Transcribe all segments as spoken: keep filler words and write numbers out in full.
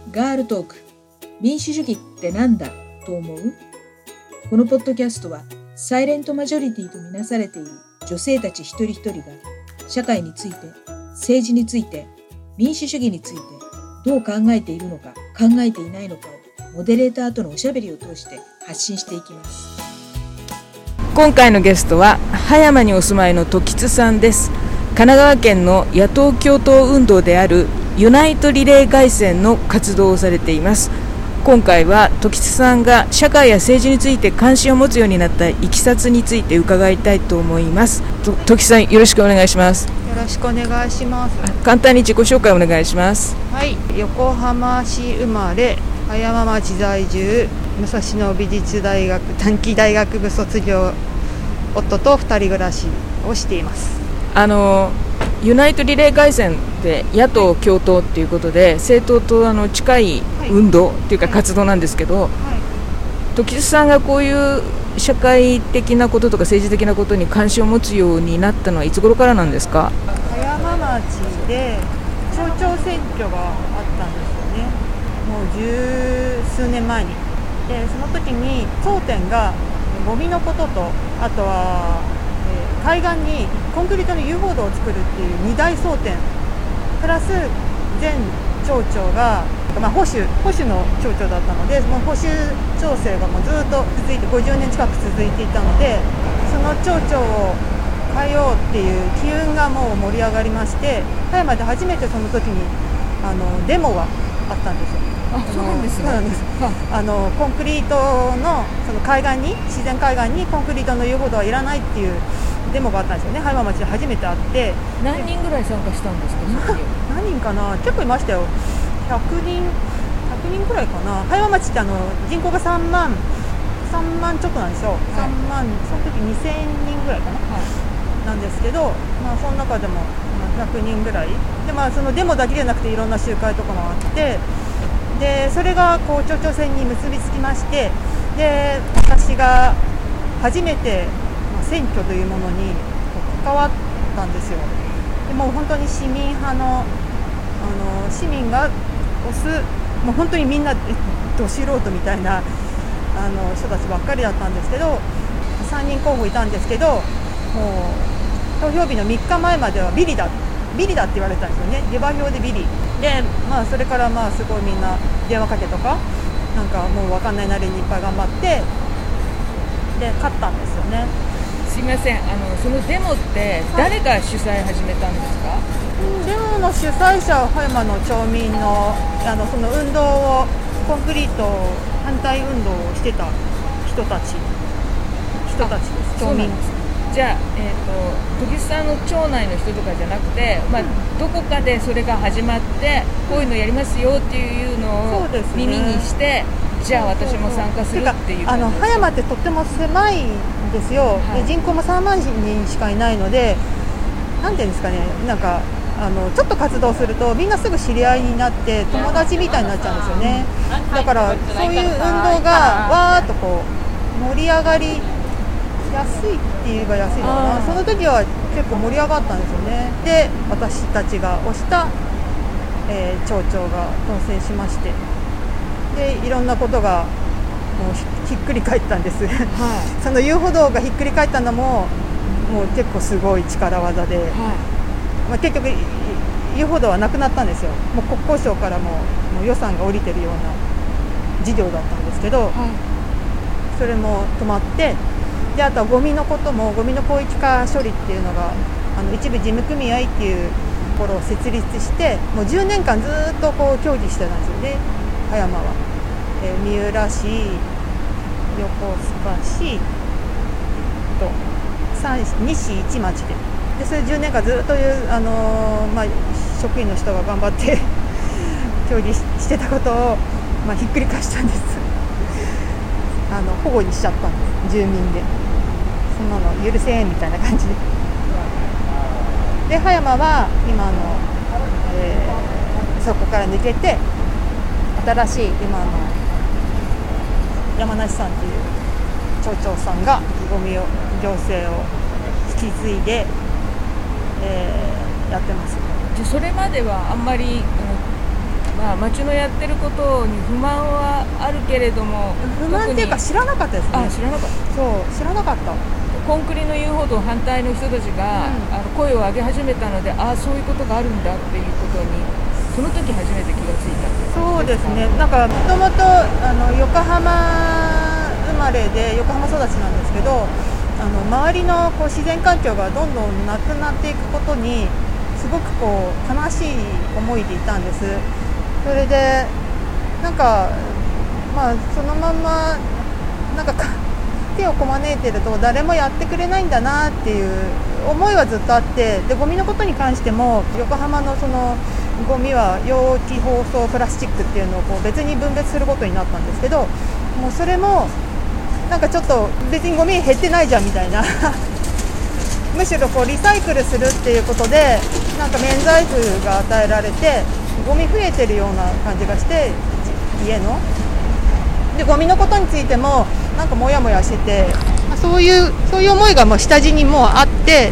ガールトーク、民主主義ってなんだと思う？このポッドキャストはサイレントマジョリティとみなされている女性たち一人一人が社会について、政治について、民主主義についてどう考えているのか考えていないのかをモデレーターとのおしゃべりを通して発信していきます。 今回のゲストは葉山にお住まいの時津さんです。神奈川県の野党共闘運動であるユナイトリレー凱旋の活動をされています。今回は時津さんが社会や政治について関心を持つようになったいきさつについて伺いたいと思います。と時津さん、よろしくお願いします。 よろしくお願いします。 簡単に自己紹介をお願いします。 はい、横浜市生まれ、葉山町在住、武蔵野美術大学短期大学部卒業、夫と二人暮らしをしています。 あのユナイトリレー凱旋って野党共闘っていうことで政党とあの近い運動っていうか活動なんですけど、はいはい、時津さんがこういう社会的なこととか政治的なことに関心を持つようになったのはいつ頃からなんですか？ 葉山町で町長選挙があったんですよね。もう十数年前に。でその時に争点がゴミのことと、あとは海岸にコンクリートの遊歩道を作るっていう二大争点プラス前町長が、まあ、保守保守の町長だったので、もう保守調整がもうずっと続いてごじゅうねん近く続いていたので、その町長を変えようっていう機運がもう盛り上がりまして、葉山で初めてその時にあのデモがあったんですよ。 あ、そうなんですね。 そうなんです。あのコンクリートのその海岸に自然海岸にコンクリートの遊歩道はいらないっていうデモがあったんですよね。葉山町で初めてあって。 何人ぐらい参加したんですか？ 何人かな、結構いましたよ。ひゃくにんひゃくにんぐらいかな。葉山町ってあの人口がさんまんさんまんちょっとなんですよ、はい、さんまん、その時にせんにんぐらいかな、はい、なんですけど、まあ、その中でもひゃくにんぐらいで、まあ、そのデモだけじゃなくていろんな集会とかもあって、でそれがこう町長選に結びつきまして、で私が初めて選挙というものに関わったんですよ。でもう本当に市民派の、あの市民が推す、もう本当にみんなど素人みたいなあの人たちばっかりだったんですけど、さんにん候補いたんですけど、もう投票日のみっかまえまではビリだビリだって言われたんですよね。下馬評でビリで、まあ、それからまあすごいみんな電話かけとかなんかもう分かんないなりにいっぱい頑張ってで勝ったんですよね。 すみません、あのそのデモって誰が主催始めたんですか？ はい、デモの主催者は葉山の町民の、あのその運動をコンクリート反対運動をしてた人たち人たちです。町民。 じゃあ、えーと、時津さんの町内の人とかじゃなくて、まあ、どこかでそれが始まってこういうのやりますよっていうのを耳にして、じゃあ私も参加するっていう。 あの葉山ってとっても狭いんですよ、はい、で人口もさんまんにんしかいないので、なんていうんですかね、なんかあのちょっと活動するとみんなすぐ知り合いになって友達みたいになっちゃうんですよね。だからそういう運動がわーっとこう盛り上がりやすいって言えば安いのかな。その時は結構盛り上がったんですよね。で私たちが推した、えー、町長が当選しまして、でいろんなことがもう ひ, ひっくり返ったんです、はい、その遊歩道がひっくり返ったのももう結構すごい力技で、はい、まあ、結局遊歩道はなくなったんですよ。もう国交省からももう予算が下りてるような事業だったんですけど、はい、それも止まって、であとはゴミのこともゴミの広域化処理っていうのがあの一部事務組合っていうところを設立して、もうじゅうねんかんずっとこう協議してたんですよね、葉山は。えー、三浦市、横須賀市とに市いち町で、でそれじゅうねんかんずっという、あのーまあ、職員の人が頑張って協議 し, してたことを、まあ、ひっくり返したんですあの保護にしちゃったんです、住民で。そんなの許せんみたいな感じで。で葉山は今の、えー、そこから抜けて新しい今の山梨さんという町長さんがゴミを行政を引き継いで、えー、やってます。 でそれまではあんまりまあ、町のやってることに不満はあるけれども、 不満っていうか知らなかったですね。 あ、知らなかった。 そう知らなかった。 コンクリの遊歩道反対の人たちが、うん、あの声を上げ始めたので、ああそういうことがあるんだっていうことにその時初めて気がついた。 そうですね。なんかもともとあの横浜生まれで横浜育ちなんですけど、あの周りのこう自然環境がどんどんなくなっていくことにすごくこう悲しい思いでいたんです。それでなんかまあそのまんまなんか手をこまねいてると誰もやってくれないんだなっていう思いはずっとあって、でゴミのことに関しても横浜のそのゴミは容器包装プラスチックっていうのをこう別に分別することになったんですけど、もうそれもなんかちょっと別にゴミ減ってないじゃんみたいなむしろこうリサイクルするっていうことでなんか免罪符が与えられてゴミ増えてるような感じがして、家のでゴミのことについてもなんかモヤモヤしてて、まあ、そういうそういう思いがもう下地にもうあって、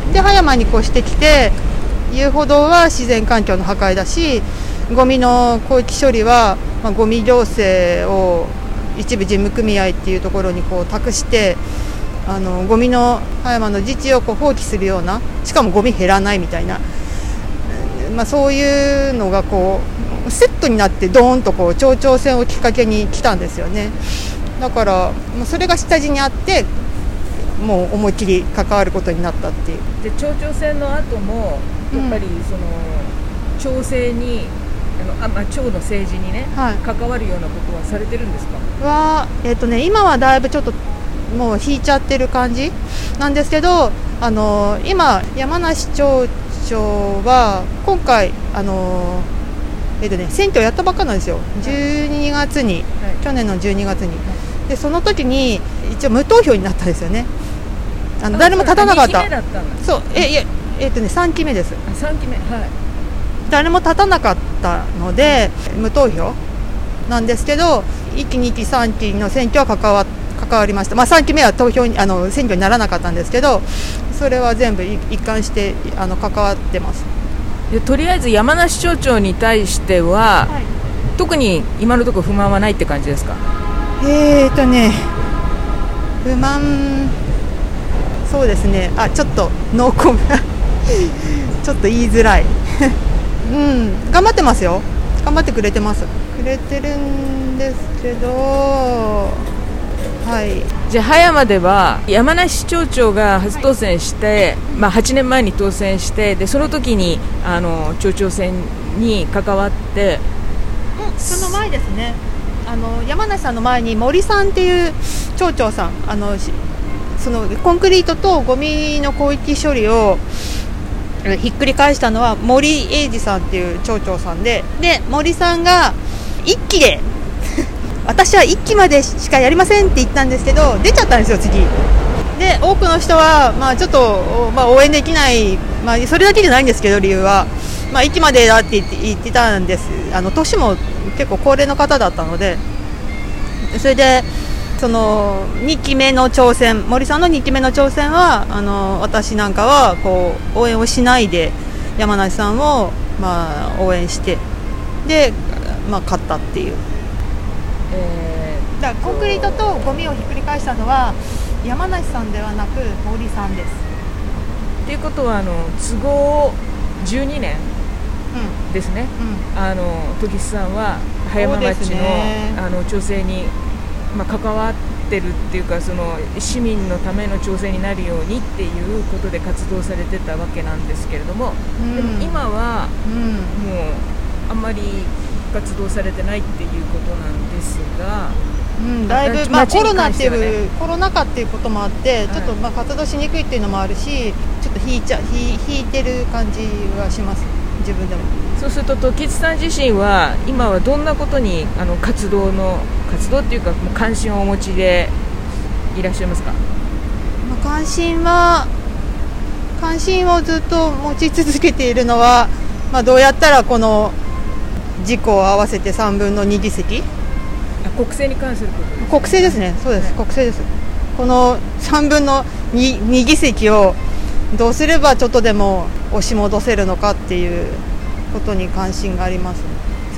で葉山に越してきて遊歩道は自然環境の破壊だし、ゴミの広域処理は、まあ、ゴミ行政を一部事務組合っていうところにこう託して、あのゴミの葉山の自治をこう放棄するような、しかもゴミ減らないみたいな、まあ、そういうのがこうセットになってドーンとこう町長選をきっかけに来たんですよね。だからもうそれが下地にあってもう思いっきり関わることになったっていう。 で町長選の後もやっぱりその、うん、町政にあのあ、まあ、町の政治にね、はい、関わるようなことはされてるんですか？ は、えーとね、今はだいぶちょっともう引いちゃってる感じなんですけど、あの今山梨町長は今回あの、えーとね、選挙やったばっかなんですよ。じゅうにがつに、はい、去年のじゅうにがつに、はい、でその時に一応無投票になったんですよね。あの誰も立たなかった。そうえいやえーとね、さんきめです。 あさんきめ、はい、 誰も立たなかったので無投票なんですけど、いっきにきさんきの選挙は関わ関わりました。まあ、さんきめは投票にあの選挙にならなかったんですけど、それは全部一貫してあの関わってます。 でとりあえず山梨町長に対しては、はい、特に今のところ不満はないって感じですか？ えーとね不満そうですね、あちょっと濃厚ちょっと言いづらいうん頑張ってますよ。頑張ってくれてますくれてるんですけど、はい、 じゃあ葉山では山梨町長が初当選して、はいまあ、はちねんまえに当選して、でその時にあの町長選に関わって、 うん、その前ですね、あの山梨さんの前に森さんっていう町長さん、あのそのコンクリートとゴミの広域処理をひっくり返したのは森英二さんっていう町長さんで、で森さんがいっきで私はいっきまでしかやりませんって言ったんですけど、出ちゃったんですよ次で。多くの人は、まあ、ちょっと、まあ、応援できない、まあ、それだけじゃないんですけど理由は、まあ、いっきまでだって言って、言ってたんです。あの年も結構高齢の方だったので、それでそのにきめの挑戦、森さんのにきめの挑戦はあの私なんかはこう応援をしないで山梨さんを、まあ、応援してで、まあ、勝ったっていう、えー、だからコンクリートとゴミをひっくり返したのは山梨さんではなく森さんです。 っていうことはあの都合じゅうにねんですね、うんうん、あの時津さんは葉山町 の,、ね、あの調整にまあ、関わってるっていうか、その市民のための調整になるようにっていうことで活動されてたわけなんですけれども、うん、でも今はもうあんまり活動されてないっていうことなんですが、 うん、だいぶ、まあ、コロナっていう、コロナ禍っていうこともあって、ちょっとまあ活動しにくいっていうのもあるし、ちょっと引いちゃ引引いてる感じはします、自分でも。 そうすると時津さん自身は今はどんなことにあの活動の活動っていうかもう関心をお持ちでいらっしゃいますか？ まあ、関心は関心をずっと持ち続けているのは、まあ、どうやったらこの自公を合わせてさんぶんのに議席、 あ国政に関することですね。 国政ですね、そうです、はい、国政です。このさんぶんの 2, 2議席をどうすればちょっとでも押し戻せるのかっていうことに関心があります。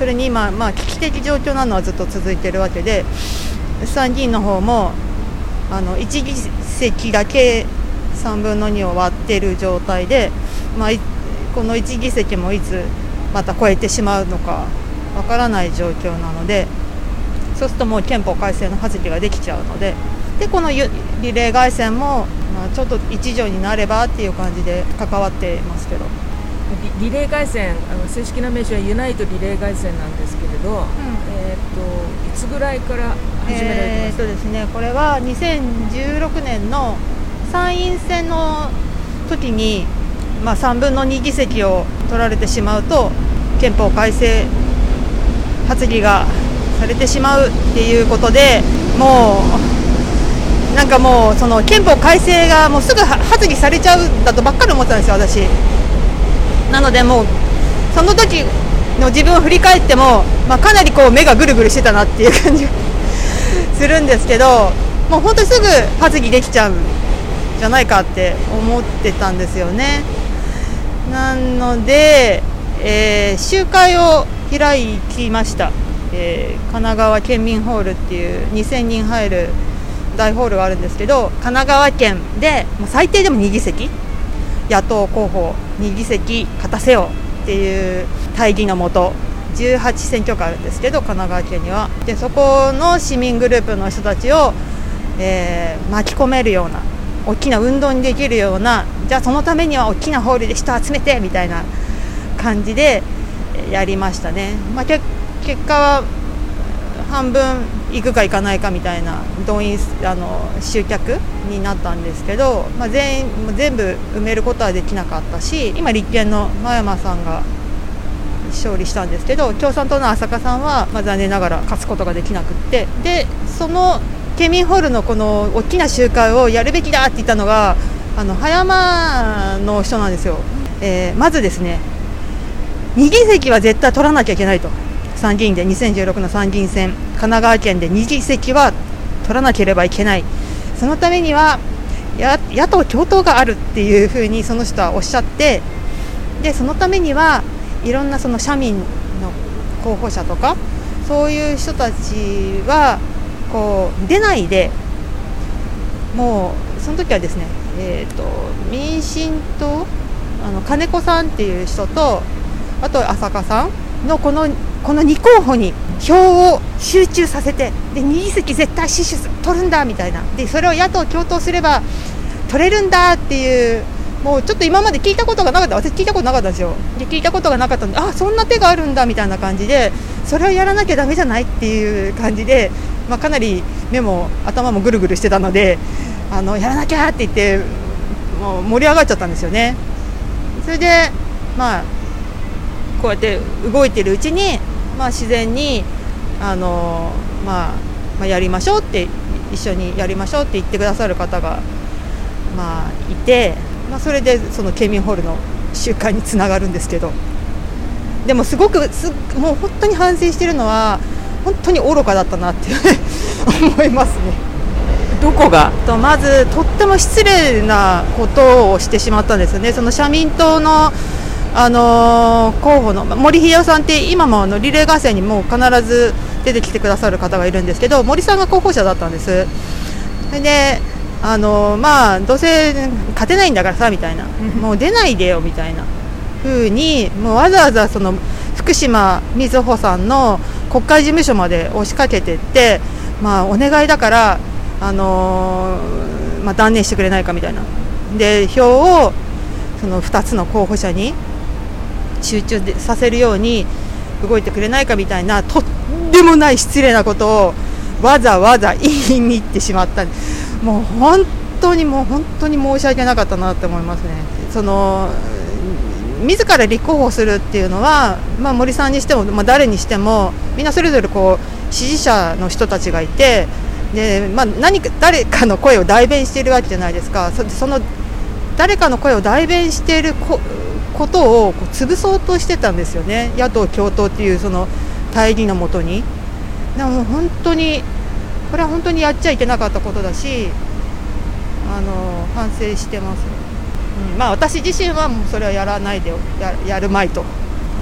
それに今、まあ、危機的状況なのはずっと続いているわけで、参議院の方もあのいち議席だけさんぶんのにを割っている状態で、まあ、このいち議席もいつまた超えてしまうのかわからない状況なので、そうするともう憲法改正の発議ができちゃうので、でこのリレー外線も、まあ、ちょっと一助になればっていう感じで関わっていますけど、 リ, リレー外線、あの正式な名称はユナイトリレー外線なんですけれど、うん、えー、といつぐらいから始められてますか？ えーとですね、これはにせんじゅうろくねんの参院選の時に、まあ、さんぶんのに議席を取られてしまうと憲法改正発議がされてしまうっていうことで、もうなんかもうその憲法改正がもうすぐ発議されちゃうんだとばっかり思ってたんですよ、私。なのでもうその時の自分を振り返っても、まあ、かなりこう目がぐるぐるしてたなっていう感じがするんですけど、もう本当にすぐ発議できちゃうんじゃないかって思ってたんですよね。なので、えー、集会を開きました、えー、神奈川県民ホールっていうにせんにん入る大ホールがあるんですけど、神奈川県で最低でもに議席野党候補に議席勝たせようっていう大義のもとじゅうはち選挙区あるんですけど、神奈川県には。でそこの市民グループの人たちを、えー、巻き込めるような大きな運動にできるような、じゃあそのためには大きなホールで人を集めてみたいな感じでやりましたね。まあ、け結果は半分行くか行かないかみたいな動員あの集客になったんですけど、まあ、全員全部埋めることはできなかったし、今立憲の真山さんが勝利したんですけど、共産党の浅香さんは、まあ、残念ながら勝つことができなくって、でその県民ホールのこの大きな集会をやるべきだって言ったのがあの葉山の人なんですよ。えー、まずですね、に議席は絶対取らなきゃいけないと。参議院でにせんじゅうろくの参議院選、神奈川県でに議席は取らなければいけない。そのためにはや野党共闘があるっていうふうにその人はおっしゃって、でそのためにはいろんなその社民の候補者とかそういう人たちはこう出ないで、もうその時はですね、えーと、民進党あの金子さんっていう人と、あと浅香さんのこのこのに候補に票を集中させて、でに議席絶対死守取るんだみたいな、でそれを野党共闘すれば取れるんだっていう、もうちょっと今まで聞いたことがなかった、私聞いたことなかったんですよ。で聞いたことがなかったんで、あそんな手があるんだみたいな感じで、それをやらなきゃダメじゃないっていう感じで、まあ、かなり目も頭もぐるぐるしてたので、あのやらなきゃって言ってもう盛り上がっちゃったんですよね。それでまあこうやって動いてるうちに、まあ、自然にあの、まあまあ、やりましょうって一緒にやりましょうって言ってくださる方が、まあ、いて、まあ、それでその県民ホールの集会につながるんですけど、でもすごくすもう本当に反省してるのは本当に愚かだったなって思いますね。 どこが？ とまずとっても失礼なことをしてしまったんですよね。その社民党のあのー、候補の森秀夫さんって今もあのリレー合戦にもう必ず出てきてくださる方がいるんですけど、森さんが候補者だったんです。であのー、まあどうせ勝てないんだからさみたいな、もう出ないでよみたいな風にもうわざわざその福島みずほさんの国会事務所まで押しかけてって、まあお願いだからあのーまあ、断念してくれないかみたいなで票をそのふたつの候補者に集中でさせるように動いてくれないかみたいな、とってもない失礼なことをわざわざ言いに行ってしまった。もう本当にもう本当に申し訳なかったなって思いますね。その自ら立候補するっていうのは、まあ、森さんにしても、まあ、誰にしてもみんなそれぞれこう支持者の人たちがいて、で、まあ、何か誰かの声を代弁しているわけじゃないですか。 そ, その誰かの声を代弁している こ, ことをこう潰そうとしてたんですよね、野党共闘っていうその大義のもとに。でも本当にこれは本当にやっちゃいけなかったことだし、あの反省してます、うんまあ、私自身はもうそれはやらないで や, やるまいと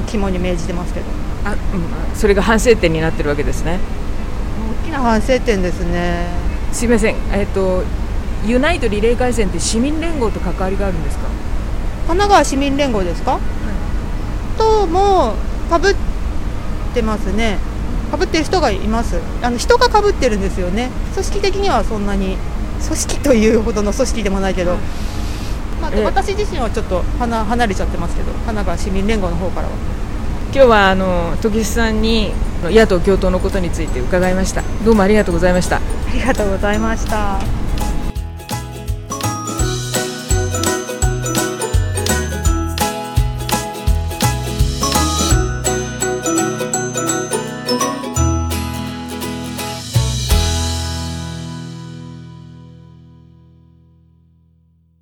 肝に銘じてますけど。 あ、うん、それが反省点になってるわけですね。 大きな反省点ですね。 すいません、えっとユナイトリレー回線って市民連合と関わりがあるんですか？ 神奈川市民連合ですか、はい、ともかぶってますね。かぶってる人がいます。あの人がかぶってるんですよね。組織的にはそんなに組織というほどの組織でもないけど、はい、まあ、私自身はちょっと離離れちゃってますけど、神奈川市民連合の方からは。 今日はあの時津さんに野党共闘のことについて伺いました。どうもありがとうございました。 ありがとうございました。